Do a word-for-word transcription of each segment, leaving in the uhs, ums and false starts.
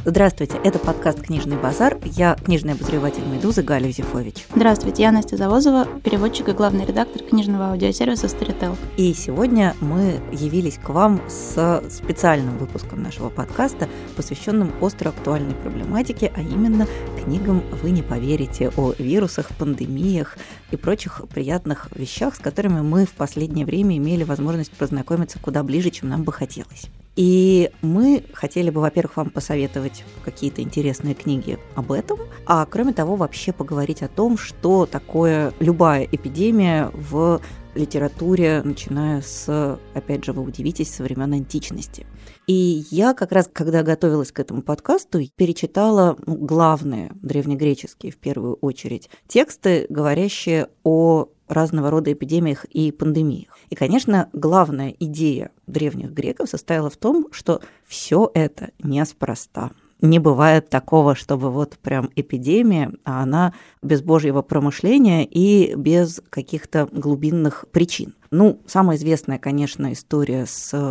Здравствуйте, это подкаст «Книжный базар». Я книжный обозреватель «Медузы» Галя Юзефович. Здравствуйте, я Настя Завозова, переводчик и главный редактор книжного аудиосервиса Storytel. И сегодня мы явились к вам с специальным выпуском нашего подкаста, посвященным остро актуальной проблематике, а именно книгам «Вы не поверите» о вирусах, пандемиях и прочих приятных вещах, с которыми мы в последнее время имели возможность познакомиться куда ближе, чем нам бы хотелось. И мы хотели бы, во-первых, вам посоветовать какие-то интересные книги об этом, а кроме того, вообще поговорить о том, что такое любая эпидемия в литературе, начиная с, опять же, вы удивитесь, со времен античности. И я как раз, когда готовилась к этому подкасту, перечитала ну, главные древнегреческие, в первую очередь, тексты, говорящие о разного рода эпидемиях и пандемиях. И, конечно, главная идея древних греков состояла в том, что все это неспроста. Не бывает такого, чтобы вот прям эпидемия, а она без божьего промышления и без каких-то глубинных причин. Ну, самая известная, конечно, история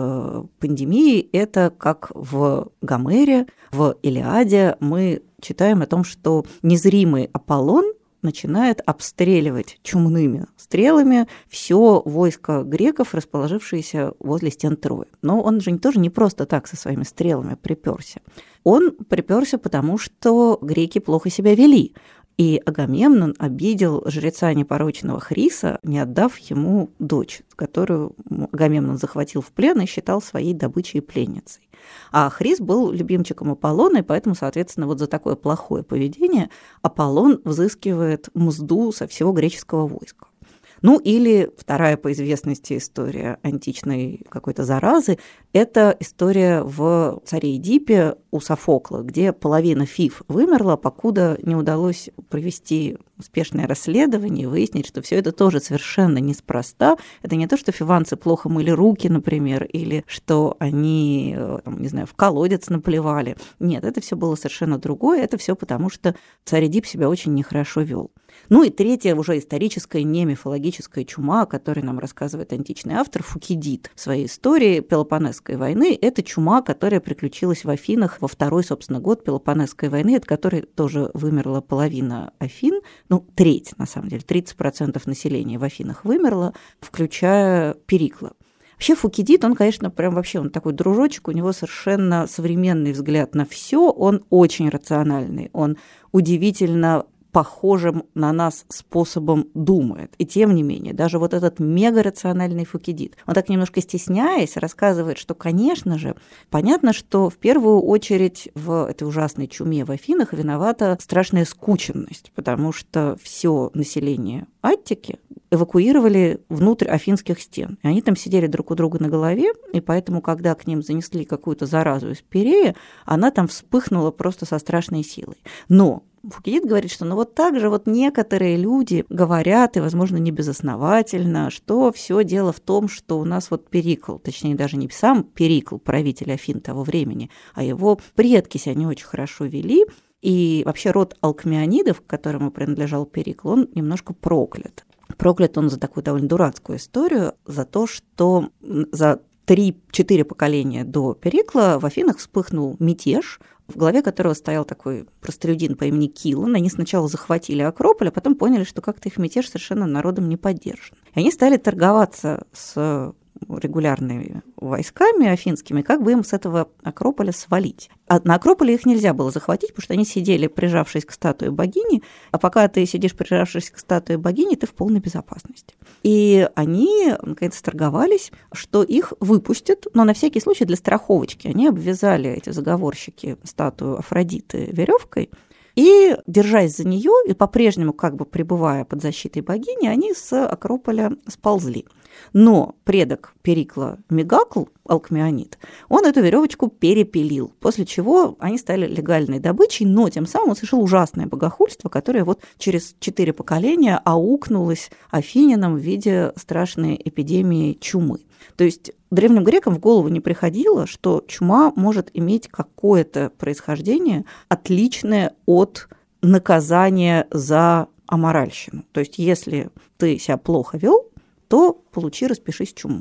с пандемией – это как в Гомере, в Илиаде мы читаем о том, что незримый Аполлон начинает обстреливать чумными стрелами все войско греков, расположившееся возле стен Трои. Но он же тоже не просто так со своими стрелами приперся. Он приперся, потому что греки плохо себя вели. И Агамемнон обидел жреца непорочного Хриса, не отдав ему дочь, которую Агамемнон захватил в плен и считал своей добычей и пленницей. А Хрис был любимчиком Аполлона, и поэтому, соответственно, вот за такое плохое поведение Аполлон взыскивает мзду со всего греческого войска. Ну или вторая по известности история античной какой-то заразы – это история в «Царе Эдипе» у Софокла, где половина фиф вымерла, покуда не удалось провести успешное расследование и выяснить, что все это тоже совершенно неспроста. Это не то, что фиванцы плохо мыли руки, например, или что они, там, не знаю, в колодец наплевали. Нет, это все было совершенно другое. Это все потому, что царь Эдип себя очень нехорошо вел. Ну и третья уже историческая, не мифологическая чума, о которой нам рассказывает античный автор Фукидид в своей истории Пелопоннесской войны. Это чума, которая приключилась в Афинах во второй, собственно, год Пелопоннесской войны, от которой тоже вымерла половина Афин, ну, треть, на самом деле, тридцать процентов населения в Афинах вымерло, включая Перикла. Вообще Фукидид, он, конечно, прям вообще, он такой дружочек, у него совершенно современный взгляд на все, он очень рациональный, он удивительно похожим на нас способом думает. И тем не менее, даже вот этот мегарациональный Фукидид, он так немножко стесняясь рассказывает, что, конечно же, понятно, что в первую очередь в этой ужасной чуме в Афинах виновата страшная скученность, потому что все население Аттики эвакуировали внутрь афинских стен. И они там сидели друг у друга на голове, и поэтому, когда к ним занесли какую-то заразу из Пирея, она там вспыхнула просто со страшной силой. Но Фукидид говорит, что ну вот так же вот некоторые люди говорят, и, возможно, не безосновательно, что все дело в том, что у нас вот Перикл, точнее, даже не сам Перикл, правитель Афин того времени, а его предки себя не очень хорошо вели, и вообще род алкмеонидов, к которому принадлежал Перикл, он немножко проклят. Проклят он за такую довольно дурацкую историю, за то, что за три-четыре поколения до Перикла в Афинах вспыхнул мятеж, в главе которого стоял такой простолюдин по имени Килон. Они сначала захватили Акрополь, а потом поняли, что как-то их мятеж совершенно народом не поддержан. И они стали торговаться с регулярными войсками афинскими, как бы им с этого Акрополя свалить. А на Акрополе их нельзя было захватить, потому что они сидели, прижавшись к статуе богини, а пока ты сидишь, прижавшись к статуе богини, ты в полной безопасности. И они, наконец, торговались, что их выпустят, но на всякий случай для страховочки они обвязали, эти заговорщики, статую Афродиты веревкой, и, держась за нее и по-прежнему как бы пребывая под защитой богини, они с Акрополя сползли. Но предок Перикла Мегакл, алкмеонид, он эту веревочку перепилил, после чего они стали легальной добычей, но тем самым он совершил ужасное богохульство, которое вот через четыре поколения аукнулось афинянам в виде страшной эпидемии чумы. То есть древним грекам в голову не приходило, что чума может иметь какое-то происхождение, отличное от наказания за аморальщину. То есть если ты себя плохо вел, то получи, распишись чуму.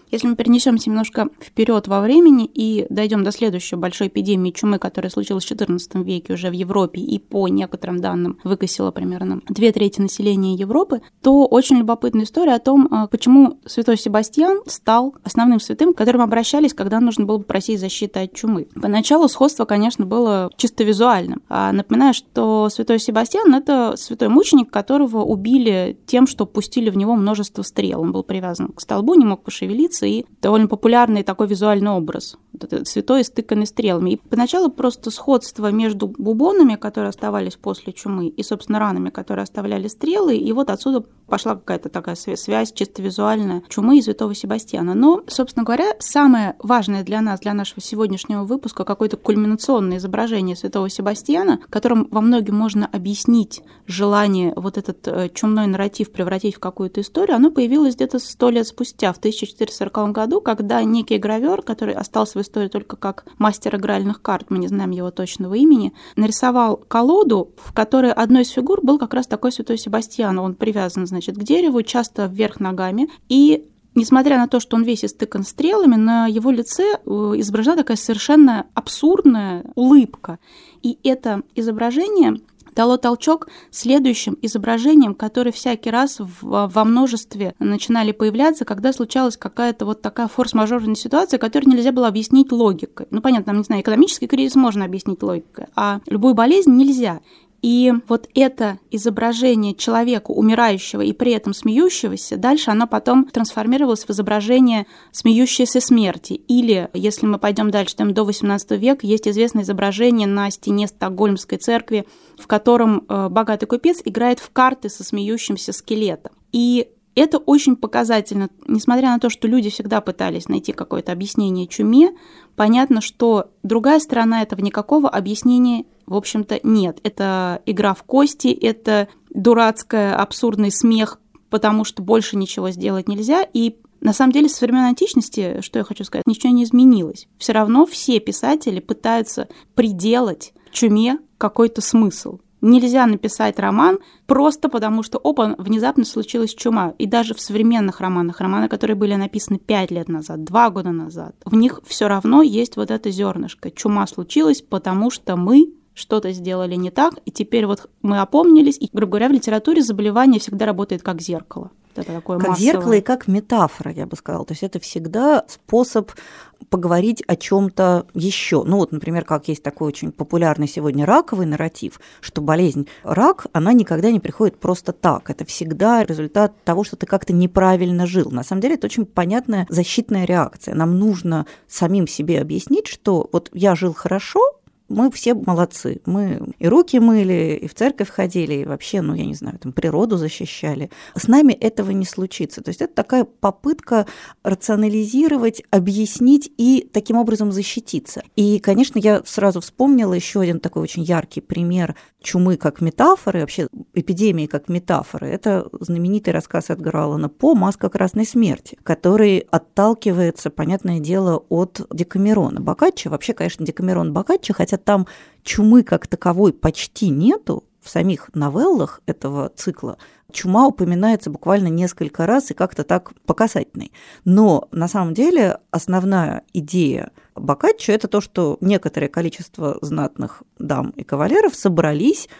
Если мы перенесемся немножко вперед во времени и дойдем до следующей большой эпидемии чумы, которая случилась в четырнадцатом веке уже в Европе и по некоторым данным выкосила примерно две трети населения Европы, то очень любопытная история о том, почему святой Себастьян стал основным святым, к которому обращались, когда нужно было попросить защиты от чумы. Поначалу сходство, конечно, было чисто визуальным. Напоминаю, что святой Себастьян – это святой мученик, которого убили тем, что пустили в него множество стрел. Он был привязан к столбу, не мог пошевелиться, и довольно популярный такой визуальный образ. Вот этот святой, истыканный стрелами. И поначалу просто сходство между бубонами, которые оставались после чумы, и, собственно, ранами, которые оставляли стрелы, и вот отсюда пошла какая-то такая связь чисто визуальная чумы и святого Себастьяна. Но, собственно говоря, самое важное для нас, для нашего сегодняшнего выпуска, какое-то кульминационное изображение святого Себастьяна, которым во многом можно объяснить желание вот этот чумной нарратив превратить в какую-то историю, оно появилось где-то сто лет спустя, в тысяча четыреста сороковом году, когда некий гравер, который остался в истории только как мастер игральных карт, мы не знаем его точного имени, нарисовал колоду, в которой одной из фигур был как раз такой святой Себастьян. Он привязан, значит, к дереву, часто вверх ногами, и несмотря на то, что он весь истыкан стрелами, на его лице изображена такая совершенно абсурдная улыбка. И это изображение дало толчок следующим изображениям, которые всякий раз в, во множестве начинали появляться, когда случалась какая-то вот такая форс-мажорная ситуация, которую нельзя было объяснить логикой. Ну, понятно, там, не знаю, экономический кризис можно объяснить логикой, а любую болезнь нельзя. И вот это изображение человека, умирающего и при этом смеющегося, дальше оно потом трансформировалось в изображение смеющейся смерти. Или, если мы пойдем дальше, там, до восемнадцатого века, есть известное изображение на стене Стокгольмской церкви, в котором богатый купец играет в карты со смеющимся скелетом. И это очень показательно. Несмотря на то, что люди всегда пытались найти какое-то объяснение чуме, понятно, что другая сторона этого никакого объяснения, в общем-то, нет. Это игра в кости, это дурацкий, абсурдный смех, потому что больше ничего сделать нельзя. И на самом деле со времен античности, что я хочу сказать, ничего не изменилось. Все равно все писатели пытаются приделать чуме какой-то смысл. Нельзя написать роман просто потому, что, опа, внезапно случилась чума. И даже в современных романах, романы, которые были написаны пять лет назад, два года назад, в них все равно есть вот это зернышко. Чума случилась, потому что мы что-то сделали не так, и теперь вот мы опомнились. И, грубо говоря, в литературе заболевание всегда работает как зеркало. Это такое как массовое. Зеркало и как метафора, я бы сказала. То есть это всегда способ поговорить о чем-то еще. Ну вот, например, как есть такой очень популярный сегодня раковый нарратив, что болезнь рак, она никогда не приходит просто так. Это всегда результат того, что ты как-то неправильно жил. На самом деле это очень понятная защитная реакция. Нам нужно самим себе объяснить, что вот я жил хорошо, мы все молодцы. Мы и руки мыли, и в церковь ходили, и вообще, ну, я не знаю, там, природу защищали. С нами этого не случится. То есть это такая попытка рационализировать, объяснить и таким образом защититься. И, конечно, я сразу вспомнила еще один такой очень яркий пример чумы как метафоры, вообще эпидемии как метафоры. Это знаменитый рассказ Эдгара Аллана По «Маска красной смерти», который отталкивается, понятное дело, от Декамерона Боккаччо. Вообще, конечно, Декамерон Боккаччо, хотя там чумы как таковой почти нету, в самих новеллах этого цикла чума упоминается буквально несколько раз и как-то так по касательной. Но на самом деле основная идея Боккаччо – это то, что некоторое количество знатных дам и кавалеров собрались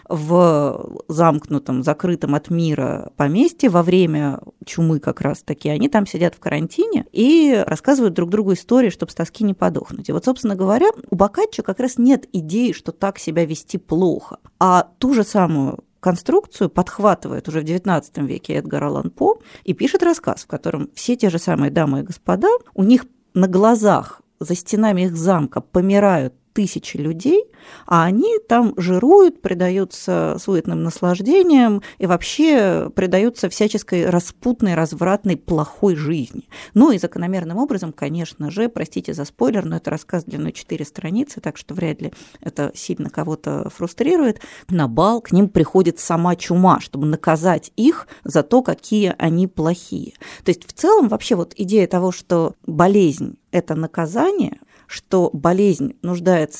в замкнутом, закрытом от мира поместье во время чумы как раз-таки. Они там сидят в карантине и рассказывают друг другу истории, чтобы с тоски не подохнуть. И вот, собственно говоря, у Боккаччо как раз нет идеи, что так себя вести плохо. А ту же самую конструкцию подхватывает уже в девятнадцатом веке Эдгар Аллан По и пишет рассказ, в котором все те же самые дамы и господа, у них на глазах за стенами их замка помирают тысячи людей, а они там жируют, предаются суетным наслаждениям и вообще предаются всяческой распутной, развратной, плохой жизни. Ну и закономерным образом, конечно же, простите за спойлер, но это рассказ длиной четыре страницы, так что вряд ли это сильно кого-то фрустрирует. На бал к ним приходит сама чума, чтобы наказать их за то, какие они плохие. То есть в целом вообще вот идея того, что болезнь – это наказание, что болезнь нуждается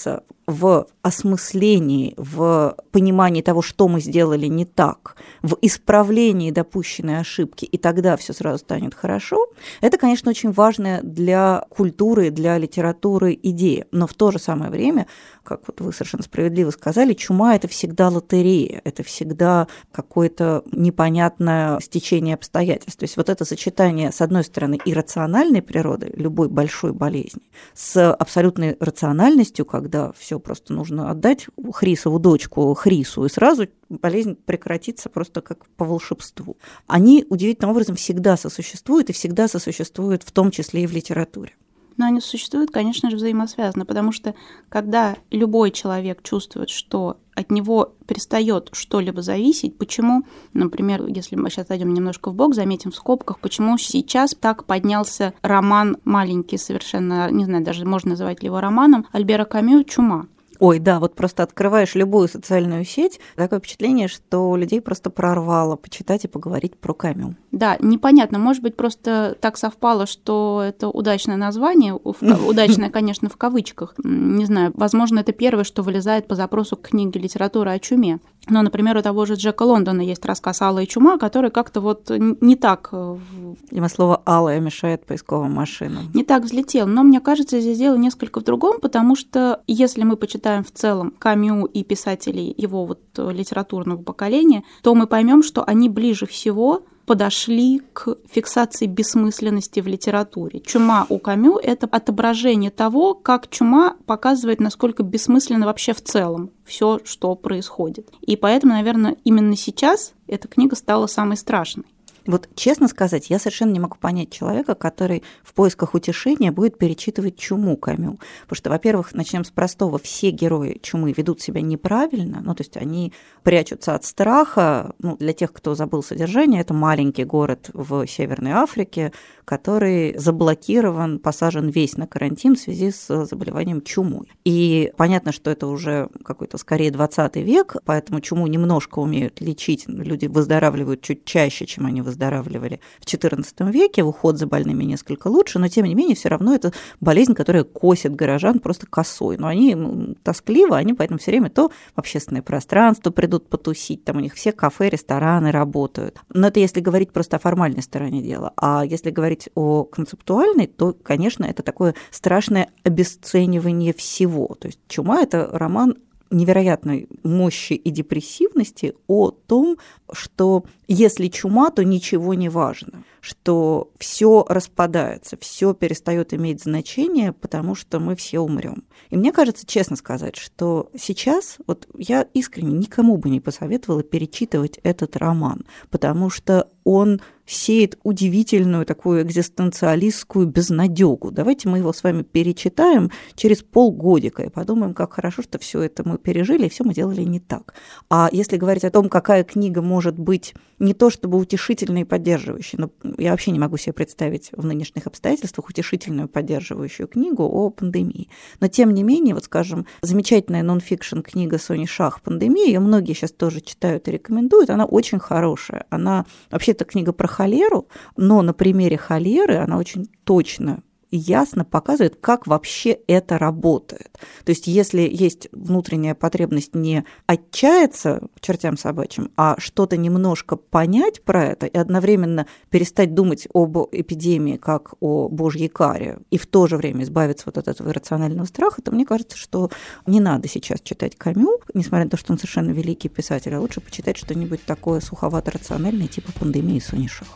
в осмыслении, в понимании того, что мы сделали не так, в исправлении допущенной ошибки, и тогда все сразу станет хорошо, это, конечно, очень важная для культуры, для литературы идея. Но в то же самое время, как вот вы совершенно справедливо сказали, чума – это всегда лотерея, это всегда какое-то непонятное стечение обстоятельств. То есть вот это сочетание, с одной стороны, иррациональной природы любой большой болезни с абсолютной рациональностью, когда все просто нужно отдать Хрисову дочку Хрису, и сразу болезнь прекратится просто как по волшебству. Они удивительным образом всегда сосуществуют, и всегда сосуществуют в том числе и в литературе. Но они существуют, конечно же, взаимосвязаны, потому что когда любой человек чувствует, что от него перестает что-либо зависеть, почему, например, если мы сейчас зайдем немножко вбок, заметим в скобках, почему сейчас так поднялся роман маленький совершенно, не знаю, даже можно называть ли его романом, Альбера Камю «Чума». Ой, да, вот просто открываешь любую социальную сеть, такое впечатление, что людей просто прорвало почитать и поговорить про Камю. Да, непонятно, может быть, просто так совпало, что это удачное название, удачное, конечно, в кавычках. Не знаю, возможно, это первое, что вылезает по запросу к книге литературы о чуме. Но, например, у того же Джека Лондона есть рассказ «Алая чума», который как-то вот не так... Видимо, слово «алая» мешает поисковым машинам. Не так взлетел. Но, мне кажется, здесь дело несколько в другом, потому что если мы почитаем в целом Камю и писателей его вот литературного поколения, то мы поймем, что они ближе всего подошли к фиксации бессмысленности в литературе. Чума у Камю – это отображение того, как чума показывает, насколько бессмысленно вообще в целом все, что происходит. И поэтому, наверное, именно сейчас эта книга стала самой страшной. Вот честно сказать, я совершенно не могу понять человека, который в поисках утешения будет перечитывать «Чуму» Камю. Потому что, во-первых, начнем с простого. Все герои «Чумы» ведут себя неправильно, ну, то есть они прячутся от страха. Ну, для тех, кто забыл содержание, это маленький город в Северной Африке, который заблокирован, посажен весь на карантин в связи с заболеванием чумой. И понятно, что это уже какой-то скорее двадцатый век, поэтому чуму немножко умеют лечить. Люди выздоравливают чуть чаще, чем они выздоравливали в четырнадцатом веке. Уход за больными несколько лучше, но тем не менее все равно это болезнь, которая косит горожан просто косой. Но они ну, тоскливо, они поэтому все время то в общественное пространство придут потусить, там у них все кафе, рестораны работают. Но это если говорить просто о формальной стороне дела. А если говорить о концептуальной, то, конечно, это такое страшное обесценивание всего. То есть «Чума» – это роман невероятной мощи и депрессивности о том, что если чума, то ничего не важно, что все распадается, все перестает иметь значение, потому что мы все умрем. И мне кажется, честно сказать, что сейчас вот я искренне никому бы не посоветовала перечитывать этот роман, потому что он сеет удивительную такую экзистенциалистскую безнадёгу. Давайте мы его с вами перечитаем через полгодика и подумаем, как хорошо, что все это мы пережили, и все мы делали не так. А если говорить о том, какая книга может быть не то чтобы утешительной и поддерживающей, но я вообще не могу себе представить в нынешних обстоятельствах утешительную поддерживающую книгу о пандемии. Но тем не менее, вот скажем, замечательная нон-фикшн книга Сони Шах «Пандемия», ее многие сейчас тоже читают и рекомендуют, она очень хорошая. Она вообще это книга про холеру, но на примере холеры она очень точно и ясно показывает, как вообще это работает. То есть если есть внутренняя потребность не отчаяться к чертям собачьим, а что-то немножко понять про это и одновременно перестать думать об эпидемии как о божьей каре и в то же время избавиться вот от этого иррационального страха, то мне кажется, что не надо сейчас читать Камю, несмотря на то, что он совершенно великий писатель, а лучше почитать что-нибудь такое суховато-рациональное, типа «Пандемии» Сони Шах.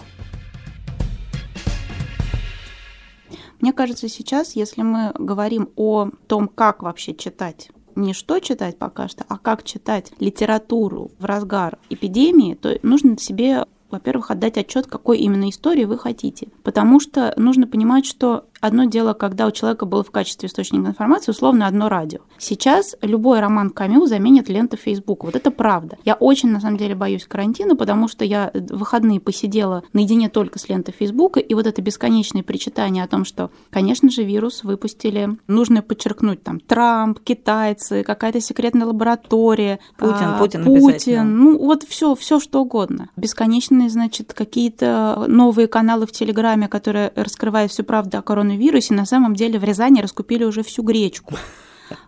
Мне кажется, сейчас, если мы говорим о том, как вообще читать, не что читать пока что, а как читать литературу в разгар эпидемии, то нужно себе, во-первых, отдать отчет, какой именно истории вы хотите. Потому что нужно понимать, что одно дело, когда у человека было в качестве источника информации условно одно радио. Сейчас любой роман Камю заменит лента Фейсбука. Вот это правда. Я очень, на самом деле, боюсь карантина, потому что я в выходные посидела наедине только с лентой Фейсбука, и вот это бесконечное причитание о том, что, конечно же, вирус выпустили. Нужно подчеркнуть, там, Трамп, китайцы, какая-то секретная лаборатория, Путин, а, Путин, Путин, ну вот все, все что угодно. Бесконечные, значит, какие-то новые каналы в Телеграме, которые раскрывают всю правду о коронавирусе. вирусе, на самом деле в Рязани раскупили уже всю гречку.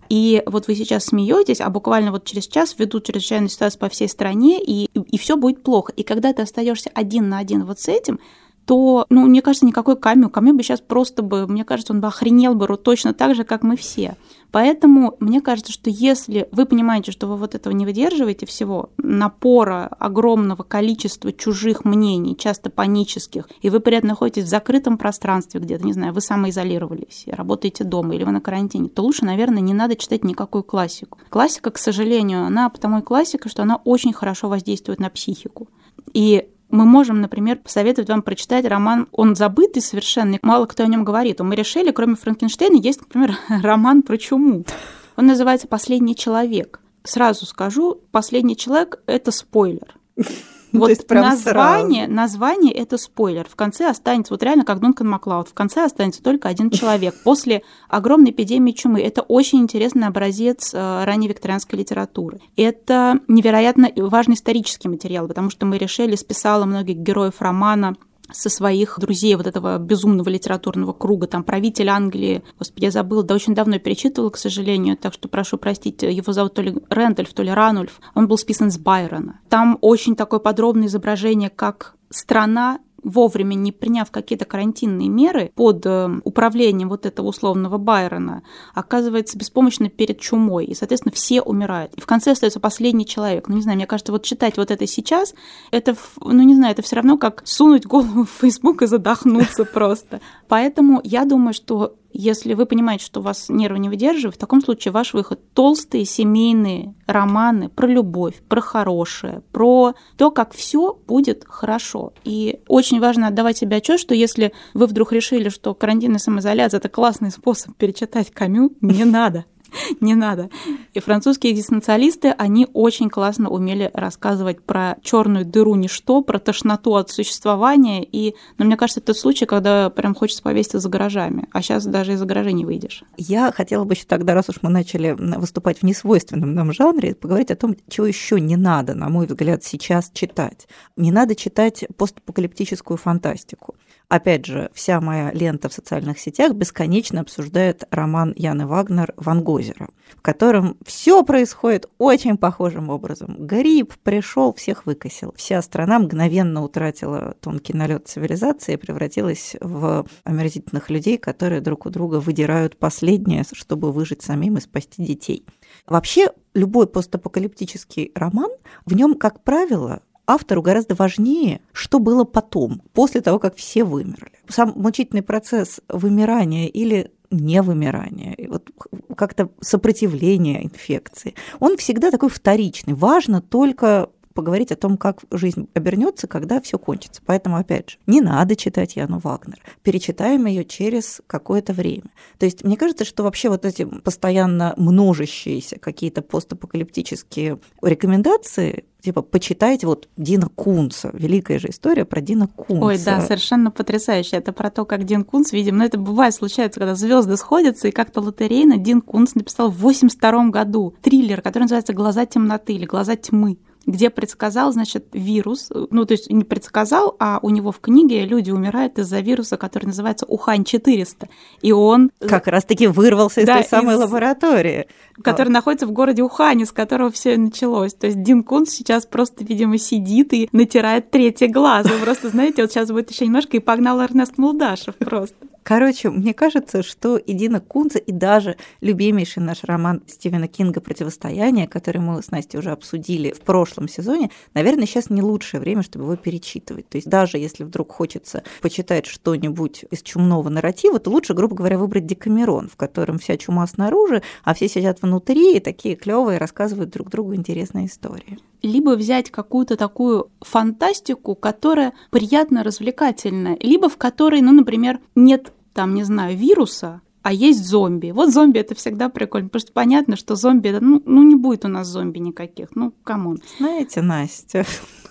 И вот вы сейчас смеетесь, а буквально вот через час ведут чрезвычайную ситуацию по всей стране, и, и все будет плохо. И когда ты остаешься один на один вот с этим, то, ну, мне кажется, никакой Камю. Камю бы сейчас просто бы, мне кажется, он бы охренел бы точно так же, как мы все. Поэтому мне кажется, что если вы понимаете, что вы вот этого не выдерживаете всего, напора огромного количества чужих мнений, часто панических, и вы при этом находитесь в закрытом пространстве где-то, не знаю, вы самоизолировались, работаете дома или вы на карантине, то лучше, наверное, не надо читать никакую классику. Классика, к сожалению, она потому и классика, что она очень хорошо воздействует на психику. И мы можем, например, посоветовать вам прочитать роман, он забытый совершенно, мало кто о нем говорит. Мы решили, кроме Франкенштейна, есть, например, роман про чуму. Он называется «Последний человек». Сразу скажу, «Последний человек» — это спойлер. Вот название, название – это спойлер. В конце останется, вот реально как Дункан Маклауд, в конце останется только один человек после огромной эпидемии чумы. Это очень интересный образец ранней викторианской литературы. Это невероятно важный исторический материал, потому что мы решили, списала многих героев романа со своих друзей вот этого безумного литературного круга, там правитель Англии, господи, я забыла, да очень давно перечитывала, к сожалению, так что прошу простить, его зовут то ли Рэндольф, то ли Ранульф, он был списан с Байрона. Там очень такое подробное изображение, как страна, вовремя не приняв какие-то карантинные меры под управлением вот этого условного Байрона, оказывается беспомощно перед чумой, и, соответственно, все умирают. И в конце остается последний человек. Ну, не знаю, мне кажется, вот читать вот это сейчас, это, ну, не знаю, это все равно как сунуть голову в Facebook и задохнуться просто. Поэтому я думаю, что если вы понимаете, что у вас нервы не выдерживают, в таком случае ваш выход – толстые семейные романы про любовь, про хорошее, про то, как все будет хорошо. И очень важно отдавать себе отчет, что если вы вдруг решили, что карантин и самоизоляция – это классный способ перечитать Камю, не надо. Не надо. И французские экзистенциалисты, они очень классно умели рассказывать про черную дыру ничто, про тошноту от существования. И, ну, мне кажется, это тот случай, когда прям хочется повеситься за гаражами. А сейчас даже из-за гаражей не выйдешь. Я хотела бы еще тогда, раз уж мы начали выступать в несвойственном нам жанре, поговорить о том, чего еще не надо, на мой взгляд, сейчас читать. Не надо читать постапокалиптическую фантастику. Опять же, вся моя лента в социальных сетях бесконечно обсуждает роман Яны Вагнер «Ван Гозера», в котором все происходит очень похожим образом. Грипп пришел, всех выкосил. Вся страна мгновенно утратила тонкий налет цивилизации и превратилась в омерзительных людей, которые друг у друга выдирают последнее, чтобы выжить самим и спасти детей. Вообще, любой постапокалиптический роман, в нем, как правило, автору гораздо важнее, что было потом, после того, как все вымерли. Сам мучительный процесс вымирания или невымирания, вот как-то сопротивление инфекции, он всегда такой вторичный. Важно только поговорить о том, как жизнь обернется, когда все кончится. Поэтому, опять же, не надо читать Яну Вагнер. Перечитаем ее через какое-то время. То есть мне кажется, что вообще вот эти постоянно множащиеся какие-то постапокалиптические рекомендации, типа почитайте вот Дина Кунца, великая же история про Дина Кунца. Ой, да, совершенно потрясающе. Это про то, как Дин Кунц, видимо, но это бывает, случается, когда звезды сходятся, и как-то лотерейно Дин Кунц написал в восемьдесят втором году триллер, который называется «Глаза темноты» или «Глаза тьмы», где предсказал, значит, вирус, ну, то есть не предсказал, а у него в книге люди умирают из-за вируса, который называется Ухань четыреста, и он... Как раз-таки вырвался из да, той самой из... лаборатории. Который вот. находится в городе Ухане, с которого все началось. То есть Дин Кунц сейчас просто, видимо, сидит и натирает третий глаз. Вы просто, знаете, вот сейчас будет еще немножко, и погнал Эрнест Молдашев просто. Короче, мне кажется, что и Дина Кунца, и даже любимейший наш роман Стивена Кинга «Противостояние», который мы с Настей уже обсудили в прошлом сезоне, наверное, сейчас не лучшее время, чтобы его перечитывать. То есть даже если вдруг хочется почитать что-нибудь из чумного нарратива, то лучше, грубо говоря, выбрать «Декамерон», в котором вся чума снаружи, а все сидят внутри и такие клёвые рассказывают друг другу интересные истории. Либо взять какую-то такую фантастику, которая приятно развлекательная, либо в которой, ну, например, нет, там, не знаю, вируса, а есть зомби. Вот зомби — это всегда прикольно, потому что понятно, что зомби — это, ну, ну, не будет у нас зомби никаких, ну, камон. Знаете, Настя,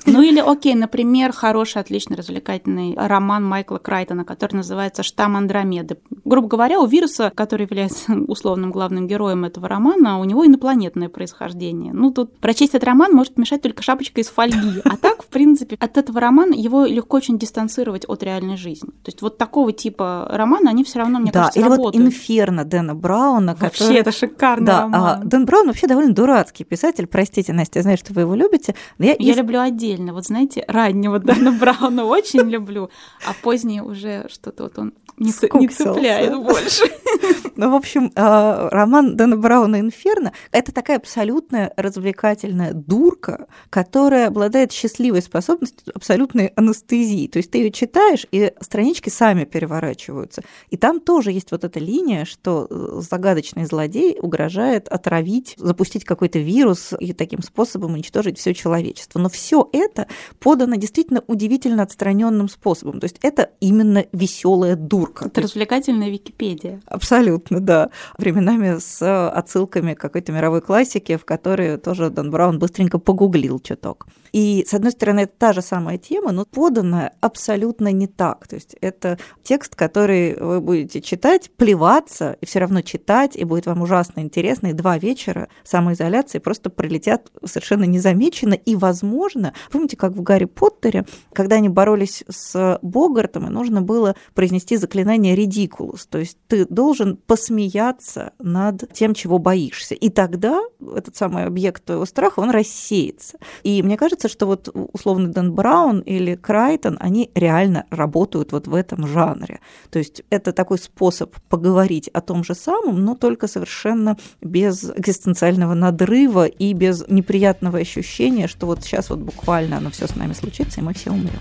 Ну или, окей, например, хороший, отличный, развлекательный роман Майкла Крайтона, который называется «Штамм Андромеды». Грубо говоря, у вируса, который является условным главным героем этого романа, у него инопланетное происхождение. Ну, тут прочесть этот роман может мешать только шапочка из фольги. А так, в принципе, от этого романа его легко очень дистанцировать от реальной жизни. То есть вот такого типа романа, они все равно, мне да, кажется, или работают. вот «Инферно» Дэна Брауна. Вообще, который... это шикарный да, роман. А, Дэн Браун вообще довольно дурацкий писатель. Простите, Настя, я знаю, что вы его любите. Я, я люблю отдельно. Вот знаете, раннего Дэна Брауна очень люблю, а позднее уже что-то вот он не, не цепляет больше. Ну, в общем, роман Дэна Брауна «Инферно» — это такая абсолютная развлекательная дурка, которая обладает счастливой способностью абсолютной анестезии. То есть ты ее читаешь, и странички сами переворачиваются. И там тоже есть вот эта линия, что загадочный злодей угрожает отравить, запустить какой-то вирус и таким способом уничтожить все человечество. Но все это подано действительно удивительно отстраненным способом. То есть это именно веселая дурка. Это развлекательная Википедия. Абсолютно, да. Временами с отсылками к какой-то мировой классике, в которой тоже Дэн Браун быстренько погуглил чуток. И, с одной стороны, это та же самая тема, но поданная абсолютно не так. То есть это текст, который вы будете читать, плеваться, и все равно читать, и будет вам ужасно интересно, и два вечера самоизоляции просто пролетят совершенно незамеченно. И, возможно, помните, как в «Гарри Поттере», когда они боролись с Богартом, и нужно было произнести заклинание «ridicule», то есть ты должен посмеяться над тем, чего боишься. И тогда этот самый объект твоего страха, он рассеется. И мне кажется, что вот условно Дэн Браун или Крайтон, они реально работают вот в этом жанре. То есть это такой способ поговорить о том же самом, но только совершенно без экзистенциального надрыва и без неприятного ощущения, что вот сейчас вот буквально оно все с нами случится, и мы все умрем.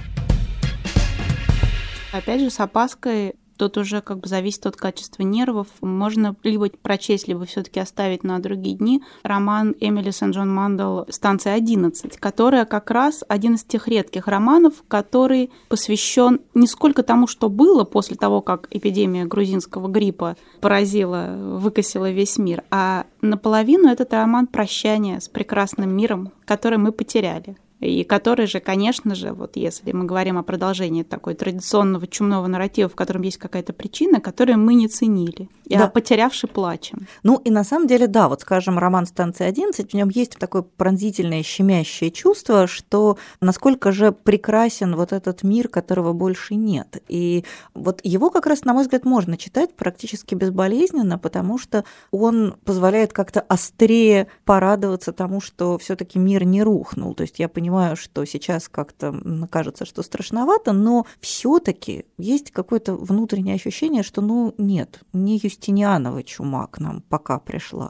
Опять же, с опаской. Тут уже как бы зависит от качества нервов. Можно либо прочесть, либо все-таки оставить на другие дни роман Эмили Сент-Джон Мандел «Станция одиннадцать», которая как раз один из тех редких романов, который посвящен не сколько тому, что было после того, как эпидемия грузинского гриппа поразила, выкосила весь мир, а наполовину этот роман прощания с прекрасным миром, который мы потеряли. И который же, конечно же, вот если мы говорим о продолжении такой традиционного чумного нарратива, в котором есть какая-то причина, которую мы не ценили, и да. потерявши плачем. Ну и на самом деле, да, вот скажем, роман «Станция одиннадцать», в нем есть такое пронзительное, щемящее чувство, что насколько же прекрасен вот этот мир, которого больше нет. И вот его как раз, на мой взгляд, можно читать практически безболезненно, потому что он позволяет как-то острее порадоваться тому, что все-таки мир не рухнул. То есть я понимаю, что сейчас как-то кажется, что страшновато, но все-таки есть какое-то внутреннее ощущение, что ну нет, не Юстинианова чума к нам пока пришла.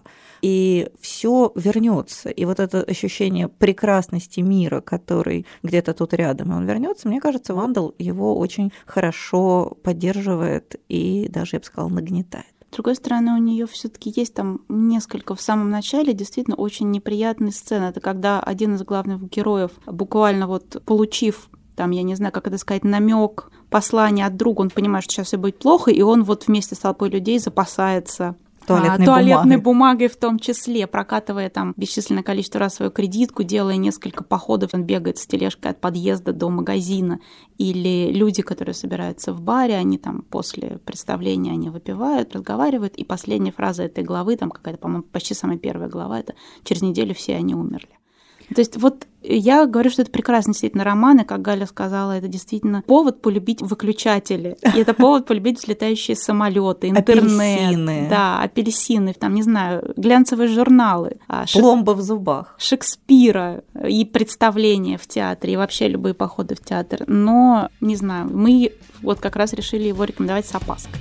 И все вернется. И вот это ощущение прекрасности мира, который где-то тут рядом, и он вернется, мне кажется, Мандел его очень хорошо поддерживает и даже, я бы сказала, нагнетает. С другой стороны, у нее все-таки есть там несколько в самом начале действительно очень неприятные сцены. Это когда один из главных героев, буквально вот получив, там, я не знаю, как это сказать, намек, послание от друга, он понимает, что сейчас все будет плохо, и он вот вместе с толпой людей запасается туалетной, а, туалетной бумагой. бумагой в том числе, прокатывая там бесчисленное количество раз свою кредитку, делая несколько походов, он бегает с тележкой от подъезда до магазина. Или люди, которые собираются в баре, они там после представления они выпивают, разговаривают, и последняя фраза этой главы, там какая-то, по-моему, почти самая первая глава, это «через неделю все они умерли». То есть вот я говорю, что это прекрасный действительно роман, и, как Галя сказала, это действительно повод полюбить выключатели, и это повод полюбить взлетающие самолеты, интернет, апельсины. Да, апельсины, там, не знаю, глянцевые журналы, пломба в зубах, Шекспира и представления в театре, и вообще любые походы в театр. Но, не знаю, мы вот как раз решили его рекомендовать с опаской.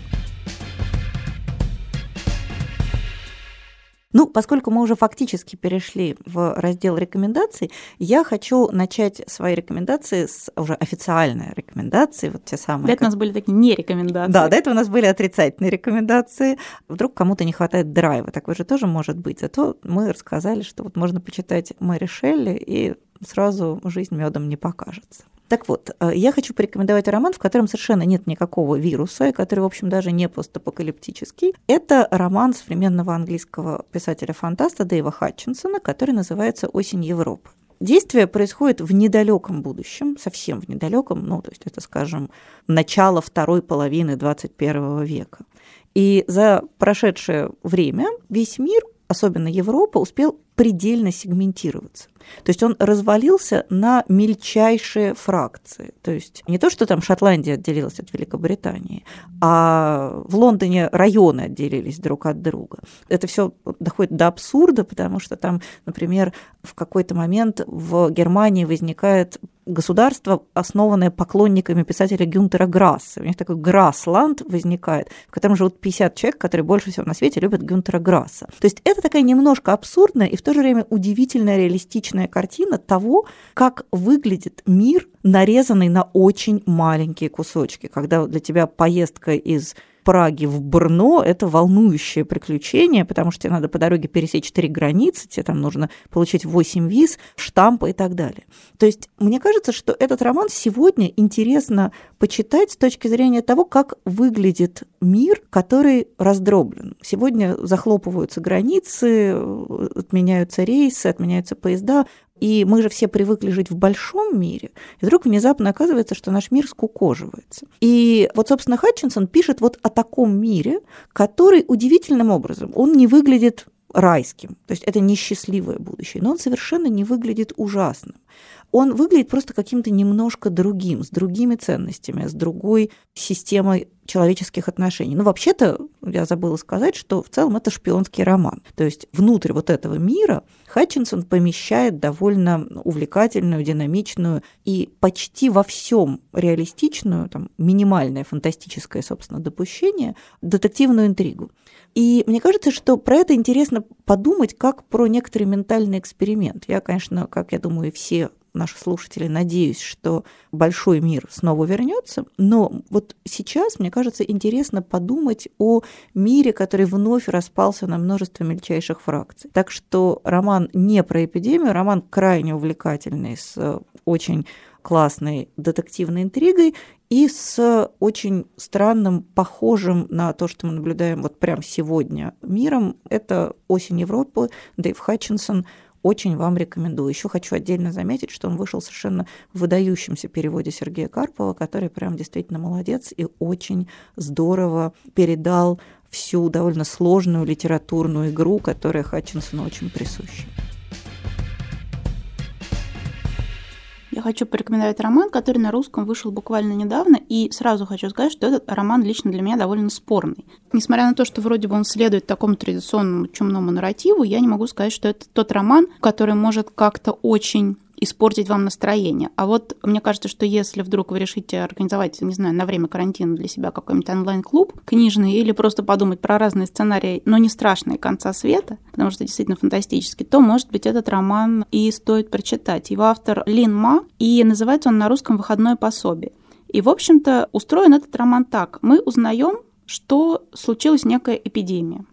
Ну, поскольку мы уже фактически перешли в раздел рекомендаций, я хочу начать свои рекомендации с уже официальной рекомендации, вот те самые. До этого как... у нас были такие не рекомендации. Да, до этого у нас были отрицательные рекомендации. Вдруг кому-то не хватает драйва, такое же тоже может быть. Зато мы рассказали, что вот можно почитать Мэри Шелли, и сразу жизнь медом не покажется. Так вот, я хочу порекомендовать роман, в котором совершенно нет никакого вируса, и который, в общем, даже не постапокалиптический. Это роман современного английского писателя-фантаста Дэйва Хатчинсона, который называется «Осень Европы». Действие происходит в недалеком будущем, совсем в недалеком, ну, то есть это, скажем, начало второй половины двадцать первого века. И за прошедшее время весь мир, особенно Европа, успел предельно сегментироваться. То есть он развалился на мельчайшие фракции. То есть не то, что там Шотландия отделилась от Великобритании, а в Лондоне районы отделились друг от друга. Это все доходит до абсурда, потому что там, например, в какой-то момент в Германии возникает государство, основанное поклонниками писателя Гюнтера Грасса. У них такой Грассланд возникает, в котором живут пятьдесят человек, которые больше всего на свете любят Гюнтера Грасса. То есть это такая немножко абсурдная и в то же время удивительная реалистичная картина того, как выглядит мир, нарезанный на очень маленькие кусочки, когда для тебя поездка из Праги в Брно – это волнующее приключение, потому что тебе надо по дороге пересечь три границы, тебе там нужно получить восемь виз, штампы и так далее. То есть мне кажется, что этот роман сегодня интересно почитать с точки зрения того, как выглядит мир, который раздроблен. Сегодня захлопываются границы, отменяются рейсы, отменяются поезда, и мы же все привыкли жить в большом мире, и вдруг внезапно оказывается, что наш мир скукоживается. И вот, собственно, Хатчинсон пишет вот о таком мире, который удивительным образом, он не выглядит райским, то есть это несчастливое будущее, но он совершенно не выглядит ужасным. Он выглядит просто каким-то немножко другим, с другими ценностями, с другой системой человеческих отношений. Ну, вообще-то, я забыла сказать, что в целом это шпионский роман. То есть внутрь вот этого мира Хатчинсон помещает довольно увлекательную, динамичную и почти во всем реалистичную, там, минимальное фантастическое, собственно, допущение, детективную интригу. И мне кажется, что про это интересно подумать как про некоторый ментальный эксперимент. Я, конечно, как я думаю, и все наши слушатели, надеюсь, что большой мир снова вернется, но вот сейчас, мне кажется, интересно подумать о мире, который вновь распался на множество мельчайших фракций. Так что роман не про эпидемию, роман крайне увлекательный, с очень классной детективной интригой и с очень странным, похожим на то, что мы наблюдаем вот прямо сегодня миром. Это «Осень Европы», Дэйв Хатчинсон. Очень вам рекомендую. Еще хочу отдельно заметить, что он вышел в совершенно выдающемся переводе Сергея Карпова, который прям действительно молодец и очень здорово передал всю довольно сложную литературную игру, которая Хатчинсону очень присуща. Я хочу порекомендовать роман, который на русском вышел буквально недавно, и сразу хочу сказать, что этот роман лично для меня довольно спорный. Несмотря на то, что вроде бы он следует такому традиционному чумному нарративу, я не могу сказать, что это тот роман, который может как-то очень испортить вам настроение. А вот мне кажется, что если вдруг вы решите организовать, не знаю, на время карантина для себя какой-нибудь онлайн-клуб книжный или просто подумать про разные сценарии, но не страшные конца света, потому что действительно фантастический, то, может быть, этот роман и стоит прочитать. Его автор Лин Ма, и называется он на русском «Выходное пособие». И, в общем-то, устроен этот роман так. Мы узнаем, что случилась некая эпидемия.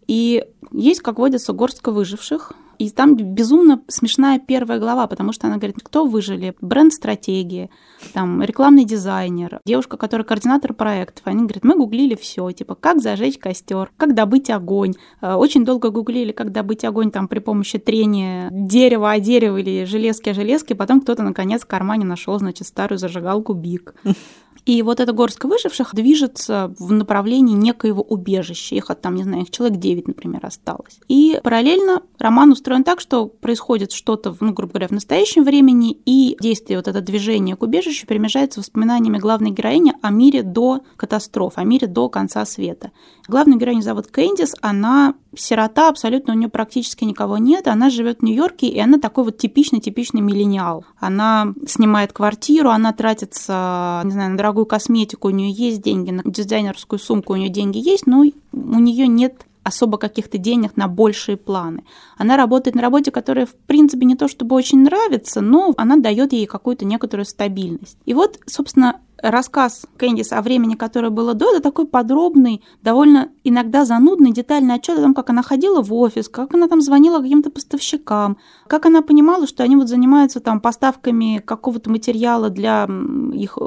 И есть, как водится, горстка выживших. И там безумно смешная первая глава, потому что она говорит, кто выжили? Бренд-стратегия, там, рекламный дизайнер, девушка, которая координатор проектов. Они говорят, мы гуглили все, типа, как зажечь костер, как добыть огонь. Очень долго гуглили, как добыть огонь там, при помощи трения дерева о дерево или железки о железке. Потом кто-то, наконец, в кармане нашел, значит, старую зажигалку Биг. И вот эта горстка выживших движется в направлении некоего убежища. Их там, не знаю, их человек девять, например, осталось. И параллельно роман устроен так, что происходит что-то, ну, грубо говоря, в настоящем времени, и действие, вот это движение к убежищу перемежается воспоминаниями главной героини о мире до катастроф, о мире до конца света. Главную героиню зовут Кэндис, она сирота, абсолютно у нее практически никого нет, она живет в Нью-Йорке, и она такой вот типичный-типичный миллениал. Она снимает квартиру, она тратится, не знаю, на дорогую косметику, у нее есть деньги, на дизайнерскую сумку у нее деньги есть, но у нее нет особо каких-то денег на большие планы. Она работает на работе, которая, в принципе, не то чтобы очень нравится, но она дает ей какую-то некоторую стабильность. И вот, собственно, рассказ Кэндис о времени, которое было до, это такой подробный, довольно иногда занудный, детальный отчет о том, как она ходила в офис, как она там звонила каким-то поставщикам, как она понимала, что они вот занимаются там поставками какого-то материала для их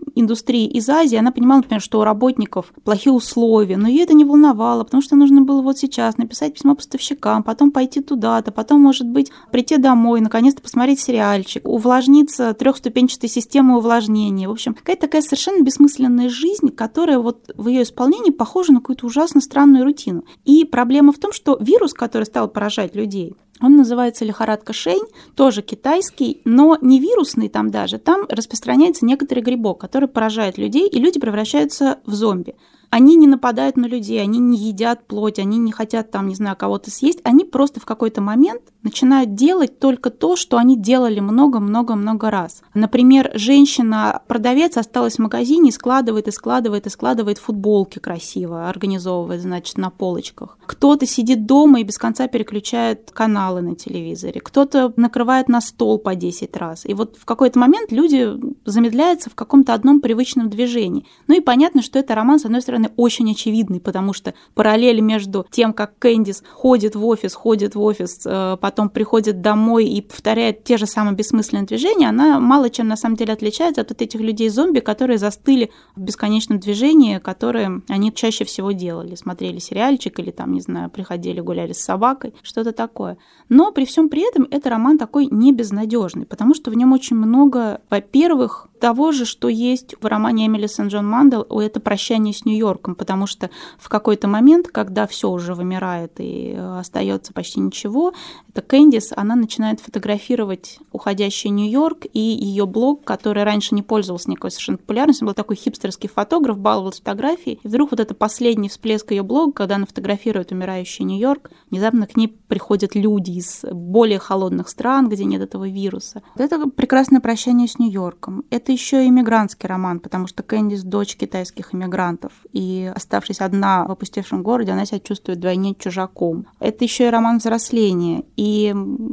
индустрии из Азии, она понимала, например, что у работников плохие условия, но ее это не волновало, потому что нужно было вот сейчас написать письмо поставщикам, потом пойти туда-то, потом, может быть, прийти домой, наконец-то посмотреть сериальчик, увлажниться трехступенчатой системой увлажнения. В общем, какая-то такая совершенно бессмысленная жизнь, которая вот в ее исполнении похожа на какую-то ужасно странную рутину. И проблема в том, что вирус, который стал поражать людей, он называется лихорадка Шэнь, тоже китайский, но не вирусный там даже. Там распространяется некоторый грибок, который поражает людей, и люди превращаются в зомби. Они не нападают на людей, они не едят плоть, они не хотят там, не знаю, кого-то съесть. Они просто в какой-то момент начинают делать только то, что они делали много-много-много раз. Например, женщина-продавец осталась в магазине и складывает, и складывает, и складывает футболки красиво, организовывает, значит, на полочках. Кто-то сидит дома и без конца переключает каналы на телевизоре. Кто-то накрывает на стол по десять раз. И вот в какой-то момент люди замедляются в каком-то одном привычном движении. Ну и понятно, что это роман, с одной стороны, очень очевидный, потому что параллель между тем, как Кэндис ходит в офис, ходит в офис, потом приходит домой и повторяет те же самые бессмысленные движения, она мало чем на самом деле отличается от вот этих людей-зомби, которые застыли в бесконечном движении, которые они чаще всего делали. Смотрели сериальчик или там, не знаю, приходили, гуляли с собакой, что-то такое. Но при всем при этом это роман такой не безнадежный, потому что в нем очень много, во-первых, того же, что есть в романе Эмили Сент-Джон Мандел «Это прощание с Нью-Йорком», потому что в какой-то момент, когда все уже вымирает и остается почти ничего, эта Кэндис, она начинает фотографировать уходящий Нью-Йорк, и ее блог, который раньше не пользовался никакой совершенно популярностью, был такой хипстерский фотограф, баловался фотографией, и вдруг вот это последний всплеск ее блога, когда она фотографирует умирающий Нью-Йорк, внезапно к ней приходят люди из более холодных стран, где нет этого вируса. Вот это прекрасное прощание с Нью-Йорком. Это еще и иммигрантский роман, потому что Кэндис – дочь китайских иммигрантов, и, оставшись одна в опустевшем городе, она себя чувствует вдвойне чужаком. Это еще и роман взросления. И,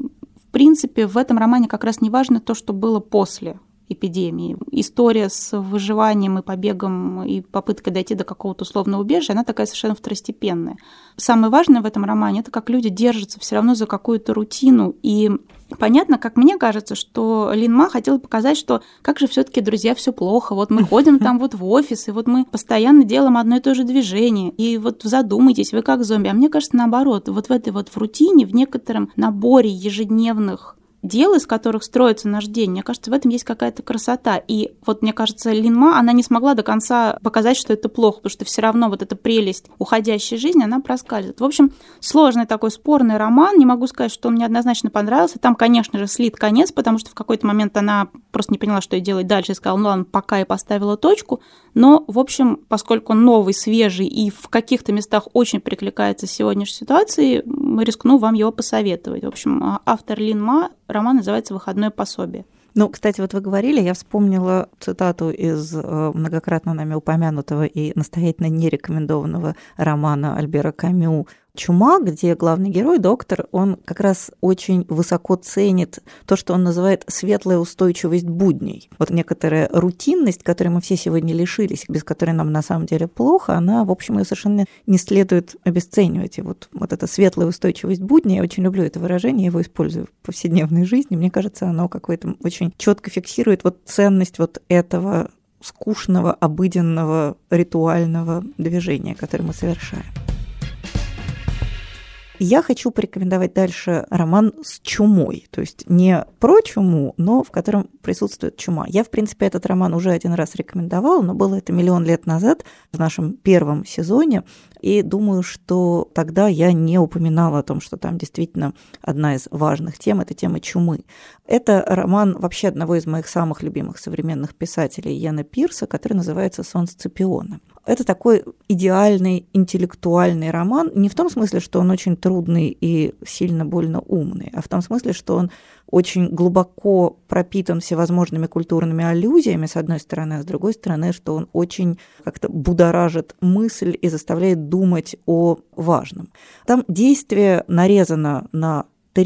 в принципе, в этом романе как раз не важно то, что было после эпидемии. История с выживанием и побегом и попыткой дойти до какого-то условного убежища, она такая совершенно второстепенная. Самое важное в этом романе – это как люди держатся все равно за какую-то рутину. И понятно, как мне кажется, что Лин Ма хотела показать, что как же все-таки, друзья, все плохо. Вот мы ходим там вот в офис, и вот мы постоянно делаем одно и то же движение. И вот задумайтесь, вы как зомби. А мне кажется, наоборот, вот в этой вот в рутине, в некотором наборе ежедневных дел, из которых строится наш день, мне кажется, в этом есть какая-то красота. И вот, мне кажется, Лин Ма, она не смогла до конца показать, что это плохо, потому что все равно вот эта прелесть уходящей жизни, она проскальзывает. В общем, сложный такой спорный роман. Не могу сказать, что он мне однозначно понравился. Там, конечно же, слит конец, потому что в какой-то момент она просто не поняла, что ей делать дальше, и сказала, ну ладно, пока, и поставила точку. Но, в общем, поскольку он новый, свежий и в каких-то местах очень перекликается с сегодняшней ситуацией, рискну вам его посоветовать. В общем, автор Лин Ма, роман называется «Выходное пособие». Ну, кстати, вот вы говорили, я вспомнила цитату из многократно нами упомянутого и настоятельно нерекомендованного романа Альбера Камю «Чума», где главный герой, доктор, он как раз очень высоко ценит то, что он называет светлая устойчивость будней. Вот некоторая рутинность, которой мы все сегодня лишились, без которой нам на самом деле плохо, она, в общем, ее совершенно не следует обесценивать. И вот, вот эта светлая устойчивость будней, я очень люблю это выражение, я его использую в повседневной жизни. Мне кажется, оно какое-то очень четко фиксирует вот ценность вот этого скучного, обыденного, ритуального движения, которое мы совершаем. Я хочу порекомендовать дальше роман с чумой, то есть не про чуму, но в котором присутствует чума. Я, в принципе, этот роман уже один раз рекомендовала, но было это миллион лет назад, в нашем первом сезоне, и думаю, что тогда я не упоминала о том, что там действительно одна из важных тем – это тема чумы. Это роман вообще одного из моих самых любимых современных писателей Яна Пирса, который называется «Сон Сципиона». Это такой идеальный интеллектуальный роман, не в том смысле, что он очень трудный и сильно больно умный, а в том смысле, что он очень глубоко пропитан всевозможными культурными аллюзиями, с одной стороны, а с другой стороны, что он очень как-то будоражит мысль и заставляет думать о важном. Там действие нарезано на три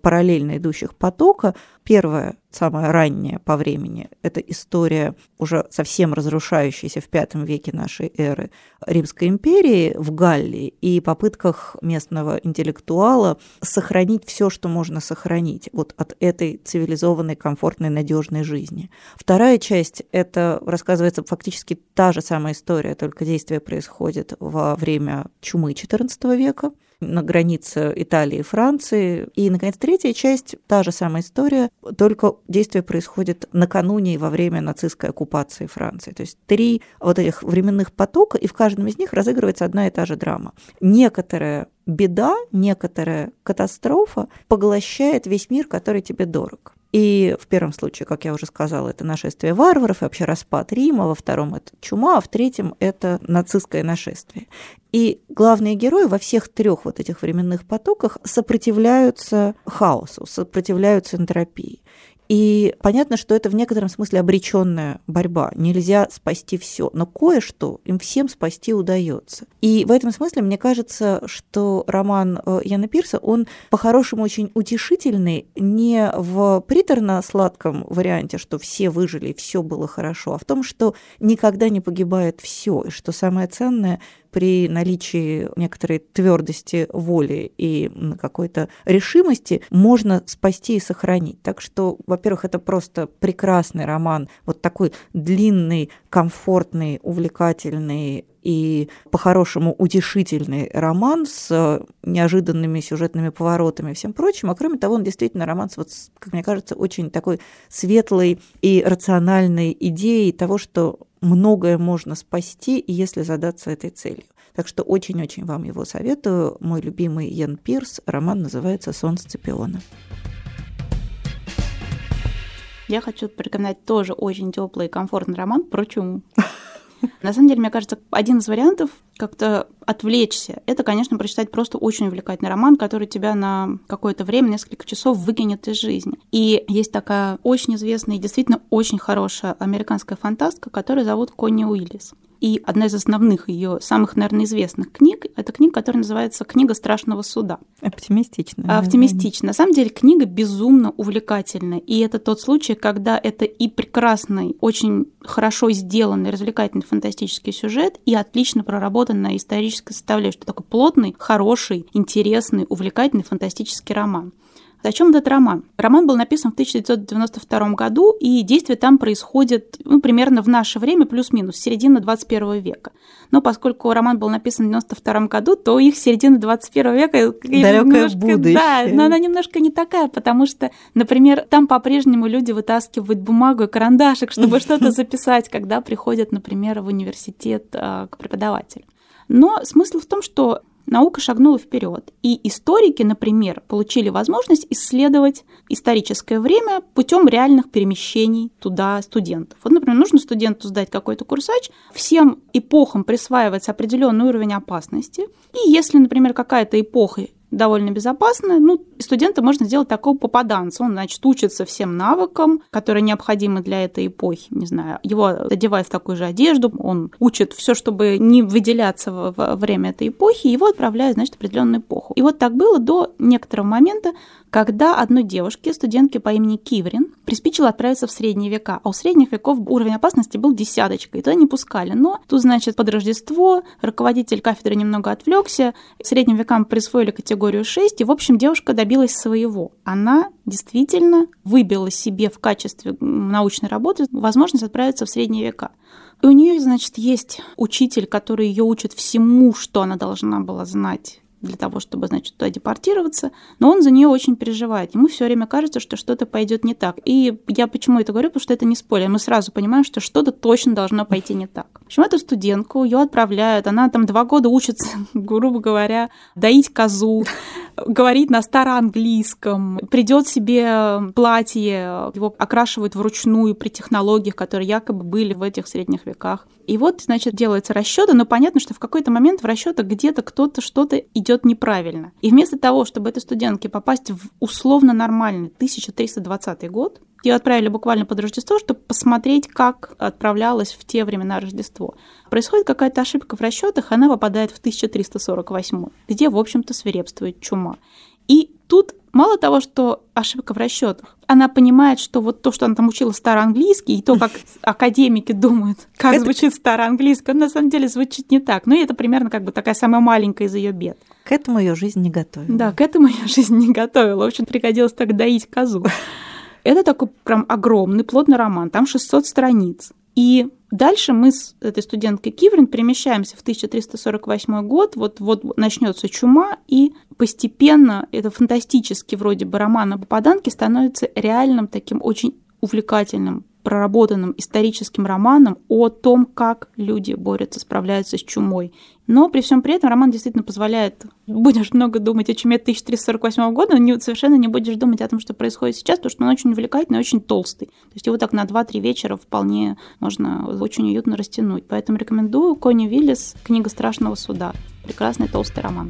параллельно идущих потока. Первое, самое раннее по времени, это история уже совсем разрушающейся в пятом веке нашей эры Римской империи в Галлии и попытках местного интеллектуала сохранить все, что можно сохранить вот от этой цивилизованной, комфортной, надежной жизни. Вторая часть – это рассказывается фактически та же самая история, только действие происходит во время чумы четырнадцатого века на границе Италии и Франции. И, наконец, третья часть – та же самая история, только действие происходит накануне и во время нацистской оккупации Франции. То есть три вот этих временных потока, и в каждом из них разыгрывается одна и та же драма. Некоторая беда, некоторая катастрофа поглощает весь мир, который тебе дорог. И в первом случае, как я уже сказала, это нашествие варваров и вообще распад Рима, во втором это чума, а в третьем это нацистское нашествие. И главные герои во всех трех вот этих временных потоках сопротивляются хаосу, сопротивляются энтропии. И понятно, что это в некотором смысле обреченная борьба. Нельзя спасти все, но кое-что им всем спасти удается. И в этом смысле мне кажется, что роман Яна Пирса, он по-хорошему очень утешительный не в приторно-сладком варианте, что все выжили и все было хорошо, а в том, что никогда не погибает все, и что самое ценное при наличии некоторой твердости воли и какой-то решимости можно спасти и сохранить. Так что, во-первых, это просто прекрасный роман, вот такой длинный, комфортный, увлекательный и по-хорошему утешительный роман с неожиданными сюжетными поворотами и всем прочим. А кроме того, он действительно роман с, вот, как мне кажется, очень такой светлой и рациональной идеей того, что многое можно спасти, если задаться этой целью. Так что очень-очень вам его советую. Мой любимый Ян Пирс. Роман называется «Сон Сципиона». Я хочу порекомендовать тоже очень теплый и комфортный роман про чуму. На самом деле, мне кажется, один из вариантов как-то отвлечься, это, конечно, прочитать просто очень увлекательный роман, который тебя на какое-то время, несколько часов выкинет из жизни. И есть такая очень известная и действительно очень хорошая американская фантастка, которую зовут Конни Уиллис. И одна из основных ее самых, наверное, известных книг – это книга, которая называется «Книга страшного суда». Оптимистично. Оптимистично. На самом деле книга безумно увлекательная. И это тот случай, когда это и прекрасный, очень хорошо сделанный, развлекательный фантастический сюжет, и отлично проработанная историческая составляющая. Такой плотный, хороший, интересный, увлекательный фантастический роман. О чем этот роман? Роман был написан в тысяча девятьсот девяносто втором году, и действие там происходит ну, примерно в наше время, плюс-минус, середина двадцать первого века. Но поскольку роман был написан в девяносто втором году, то их середина двадцать первого века... Далёкое будущее. Да, но она немножко не такая, потому что, например, там по-прежнему люди вытаскивают бумагу и карандашик, чтобы что-то записать, когда приходят, например, в университет к преподавателю. Но смысл в том, что наука шагнула вперед, и историки, например, получили возможность исследовать историческое время путем реальных перемещений туда студентов. Вот, например, нужно студенту сдать какой-то курсач, всем эпохам присваивается определенный уровень опасности, и если, например, какая-то эпоха довольно безопасно. Ну, студента можно сделать такого попаданца. Он, значит, учится всем навыкам, которые необходимы для этой эпохи. Не знаю, его одевают в такую же одежду, он учит все, чтобы не выделяться во время этой эпохи, его отправляют, значит, в определенную эпоху. И вот так было до некоторого момента, когда одной девушке, студентке по имени Киврин, приспичило отправиться в средние века. А у средних веков уровень опасности был десяточкой, и туда не пускали. Но тут, значит, под Рождество руководитель кафедры немного отвлекся, средним векам присвоили категорию шесть, и, в общем, девушка добилась своего. Она действительно выбила себе в качестве научной работы возможность отправиться в средние века. И у нее, значит, есть учитель, который ее учит всему, что она должна была знать для того, чтобы, значит, туда депортироваться, но он за нее очень переживает. Ему все время кажется, что что-то пойдет не так. И я почему это говорю, потому что это не спойлер. Мы сразу понимаем, что что-то точно должно пойти не так. В общем, эту студентку ее отправляют, она там два года учится, грубо говоря, доить козу, говорить на староанглийском, придет себе платье, его окрашивают вручную при технологиях, которые якобы были в этих средних веках. И вот, значит, делаются расчеты, но понятно, что в какой-то момент в расчетах где-то кто-то что-то идет неправильно. И вместо того, чтобы этой студентке попасть в условно нормальный тысяча триста двадцатый год, ее отправили буквально под Рождество, чтобы посмотреть, как отправлялось в те времена Рождество. Происходит какая-то ошибка в расчетах, она попадает в тысяча триста сорок восьмой, где, в общем-то, свирепствует чума. И тут мало того, что ошибка в расчетах, она понимает, что вот то, что она там учила староанглийский, и то, как академики думают, как это... звучит староанглийский, на самом деле звучит не так. Ну, и это примерно как бы такая самая маленькая из ее бед. К этому ее жизнь не готовила. Да, к этому ее жизнь не готовила. В общем, приходилось так доить козу. Это такой прям огромный, плотный роман, там шестьсот страниц. И дальше мы с этой студенткой Киврин перемещаемся в тысяча триста сорок восьмой год, вот, вот начнется чума, и постепенно это фантастически вроде бы роман о попаданке становится реальным таким очень увлекательным, проработанным историческим романом о том, как люди борются, справляются с чумой. Но при всем при этом роман действительно позволяет, будешь много думать о чуме тысяча триста сорок восьмого года, но не, совершенно не будешь думать о том, что происходит сейчас, потому что он очень увлекательный, очень толстый. То есть его так на два-три вечера вполне можно очень уютно растянуть. Поэтому рекомендую Кони Виллис «Книга страшного суда». Прекрасный толстый роман.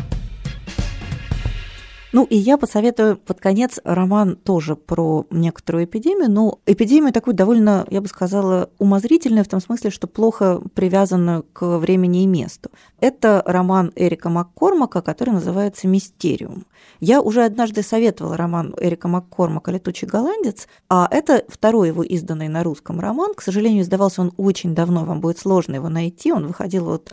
Ну, и я посоветую под конец роман тоже про некоторую эпидемию, но эпидемию такую довольно, я бы сказала, умозрительную, в том смысле, что плохо привязанную к времени и месту. Это роман Эрика Маккормака, который называется «Мистериум». Я уже однажды советовала роман Эрика Маккормака «Летучий голландец», а это второй его изданный на русском роман. К сожалению, издавался он очень давно, вам будет сложно его найти. Он выходил вот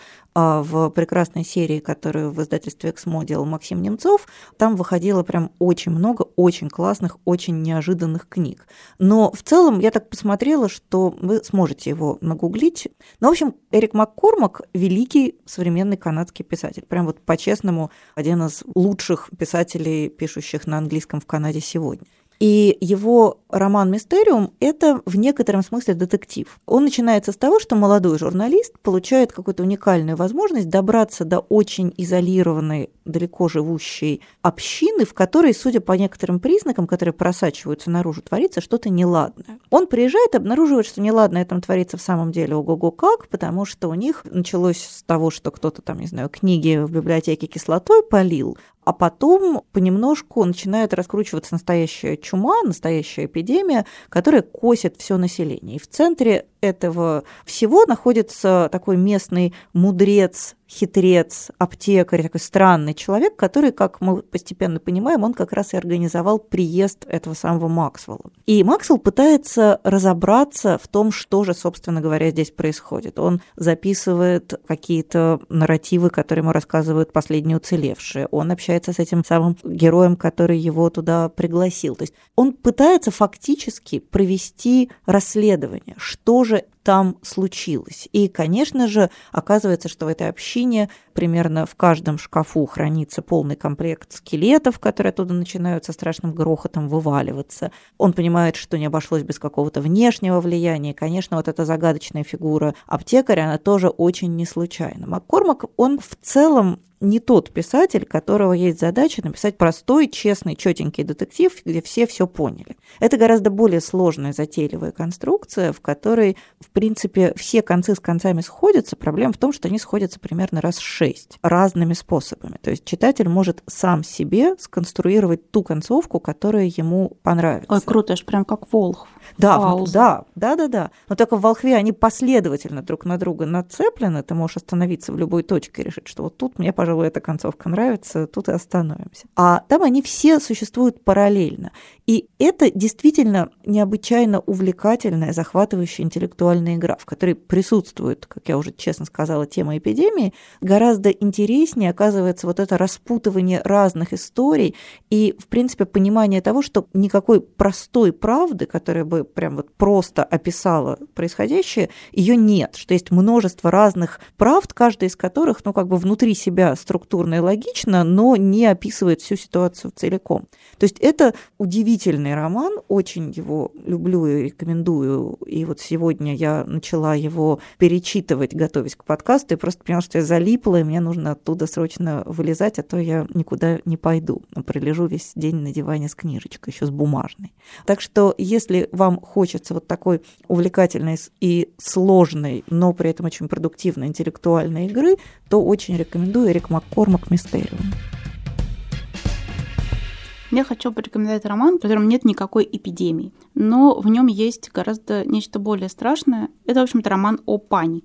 в прекрасной серии, которую в издательстве «Эксмо» делал Максим Немцов. Там выходило прям очень много очень классных, очень неожиданных книг. Но в целом я так посмотрела, что вы сможете его нагуглить. Ну, в общем, Эрик Маккормак – великий современный канадский писатель. Прям вот по-честному один из лучших писателей, пишущих на английском в Канаде сегодня. И его роман «Мистериум» – это в некотором смысле детектив. Он начинается с того, что молодой журналист получает какую-то уникальную возможность добраться до очень изолированной, далеко живущей общины, в которой, судя по некоторым признакам, которые просачиваются наружу, творится что-то неладное. Он приезжает и обнаруживает, что неладное там творится в самом деле ого-го как, потому что у них началось с того, что кто-то там, не знаю, книги в библиотеке кислотой полил, а потом понемножку начинает раскручиваться настоящая чума, настоящая эпидемия, которая косит все население. И в центре этого всего находится такой местный мудрец, хитрец, аптекарь, такой странный человек, который, как мы постепенно понимаем, он как раз и организовал приезд этого самого Максвелла. И Максвелл пытается разобраться в том, что же, собственно говоря, здесь происходит. Он записывает какие-то нарративы, которые ему рассказывают последние уцелевшие. Он общается с этим самым героем, который его туда пригласил. То есть он пытается фактически провести расследование, что же там случилось. И, конечно же, оказывается, что в этой общине примерно в каждом шкафу хранится полный комплект скелетов, которые оттуда начинают со страшным грохотом вываливаться. Он понимает, что не обошлось без какого-то внешнего влияния. И, конечно, вот эта загадочная фигура аптекаря, она тоже очень не случайна. Маккормак, он в целом не тот писатель, которого есть задача написать простой, честный, чётенький детектив, где все все поняли. Это гораздо более сложная, затейливая конструкция, в которой, в принципе, все концы с концами сходятся. Проблема в том, что они сходятся примерно раз шесть разными способами. То есть читатель может сам себе сконструировать ту концовку, которая ему понравится. Ой, круто, аж прям как Волхв. Да, в, да, да, да, да. Но только в «Волхве» они последовательно друг на друга нацеплены. Ты можешь остановиться в любой точке и решить, что вот тут мне, пожалуй, эта концовка нравится, тут и остановимся. А там они все существуют параллельно. И это действительно необычайно увлекательная, захватывающая интеллектуальная игра, в которой присутствует, как я уже честно сказала, тема эпидемии. Гораздо интереснее оказывается вот это распутывание разных историй и, в принципе, понимание того, что никакой простой правды, которая бы прям вот просто описала происходящее, ее нет, что есть множество разных правд, каждая из которых, ну, как бы внутри себя структурно и логично, но не описывает всю ситуацию целиком. То есть это удивительный роман, очень его люблю и рекомендую, и вот сегодня я начала его перечитывать, готовясь к подкасту, и просто поняла, что я залипла, и мне нужно оттуда срочно вылезать, а то я никуда не пойду, пролежу весь день на диване с книжечкой, еще с бумажной. Так что если вам хочется вот такой увлекательной и сложной, но при этом очень продуктивной интеллектуальной игры, то очень рекомендую Эрик Маккормак «Мистериум». Я хочу порекомендовать роман, в котором нет никакой эпидемии, но в нем есть гораздо нечто более страшное. Это, в общем-то, роман о панике.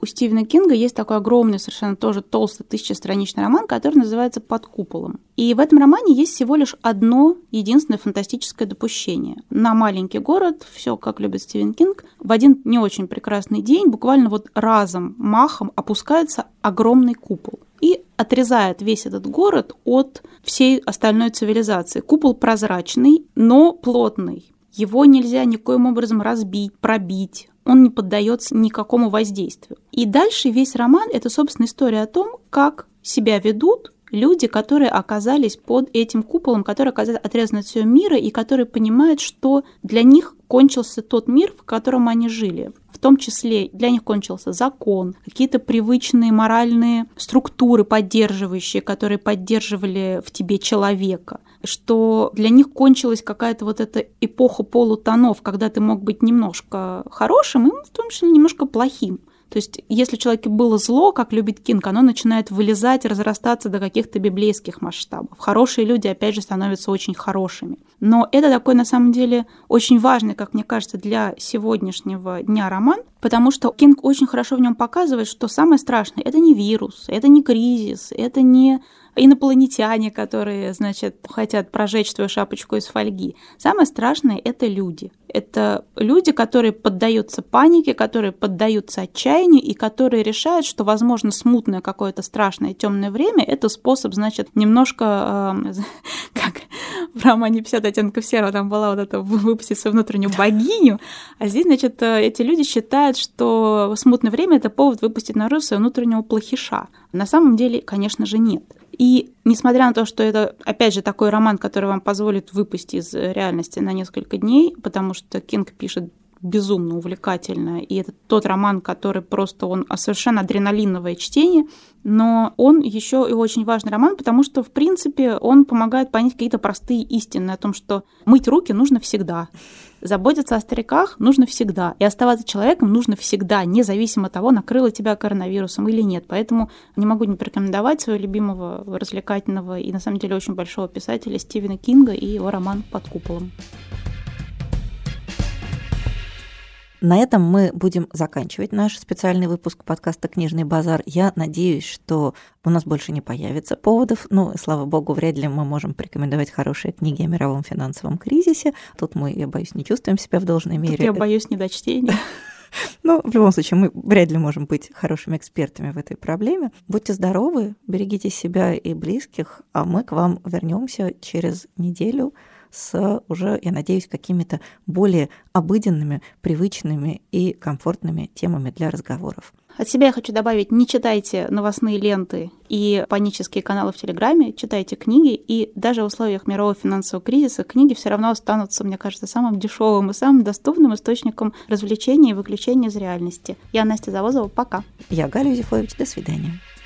У Стивена Кинга есть такой огромный, совершенно тоже толстый тысячестраничный роман, который называется «Под куполом». И в этом романе есть всего лишь одно единственное фантастическое допущение. На маленький город, все как любит Стивен Кинг, в один не очень прекрасный день буквально вот разом, махом опускается огромный купол и отрезает весь этот город от всей остальной цивилизации. Купол прозрачный, но плотный. Его нельзя никоим образом разбить, пробить. Он не поддается никакому воздействию. И дальше весь роман – это, собственно, история о том, как себя ведут люди, которые оказались под этим куполом, которые оказались отрезаны от всего мира и которые понимают, что для них кончился тот мир, в котором они жили. В том числе для них кончился закон, какие-то привычные моральные структуры поддерживающие, которые поддерживали в тебе человека, что для них кончилась какая-то вот эта эпоха полутонов, когда ты мог быть немножко хорошим и в том числе немножко плохим. То есть, если в человеке было зло, как любит Кинг, оно начинает вылезать, разрастаться до каких-то библейских масштабов. Хорошие люди, опять же, становятся очень хорошими. Но это такой, на самом деле, очень важный, как мне кажется, для сегодняшнего дня роман, потому что Кинг очень хорошо в нем показывает, что самое страшное – это не вирус, это не кризис, это не инопланетяне, которые, значит, хотят прожечь твою шапочку из фольги. Самое страшное – это люди. Это люди, которые поддаются панике, которые поддаются отчаянию и которые решают, что, возможно, смутное какое-то страшное темное время – это способ, значит, немножко, э, как в романе «пятьдесят оттенков серого» там была вот эта выпустить свою внутреннюю богиню, а здесь, значит, эти люди считают, что смутное время – это повод выпустить наружу своего внутреннего плохиша. На самом деле, конечно же, нет. И несмотря на то, что это, опять же, такой роман, который вам позволит выпасть из реальности на несколько дней, потому что Кинг пишет безумно увлекательно, и это тот роман, который просто, он совершенно адреналиновое чтение, но он еще и очень важный роман, потому что, в принципе, он помогает понять какие-то простые истины о том, что мыть руки нужно всегда, заботиться о стариках нужно всегда, и оставаться человеком нужно всегда, независимо от того, накрыло тебя коронавирусом или нет. Поэтому не могу не порекомендовать своего любимого, развлекательного и, на самом деле, очень большого писателя Стивена Кинга и его роман «Под куполом». На этом мы будем заканчивать наш специальный выпуск подкаста «Книжный базар». Я надеюсь, что у нас больше не появится поводов. Ну, слава богу, вряд ли мы можем порекомендовать хорошие книги о мировом финансовом кризисе. Тут мы, я боюсь, не чувствуем себя в должной мере. Тут я боюсь недочтения. Ну, в любом случае, мы вряд ли можем быть хорошими экспертами в этой проблеме. Будьте здоровы, берегите себя и близких, а мы к вам вернемся через неделю с уже, я надеюсь, какими-то более обыденными, привычными и комфортными темами для разговоров. От себя я хочу добавить, не читайте новостные ленты и панические каналы в Телеграме, читайте книги, и даже в условиях мирового финансового кризиса книги все равно останутся, мне кажется, самым дешевым и самым доступным источником развлечения и выключения из реальности. Я Настя Завозова, пока. Я Галя Юзефович, до свидания.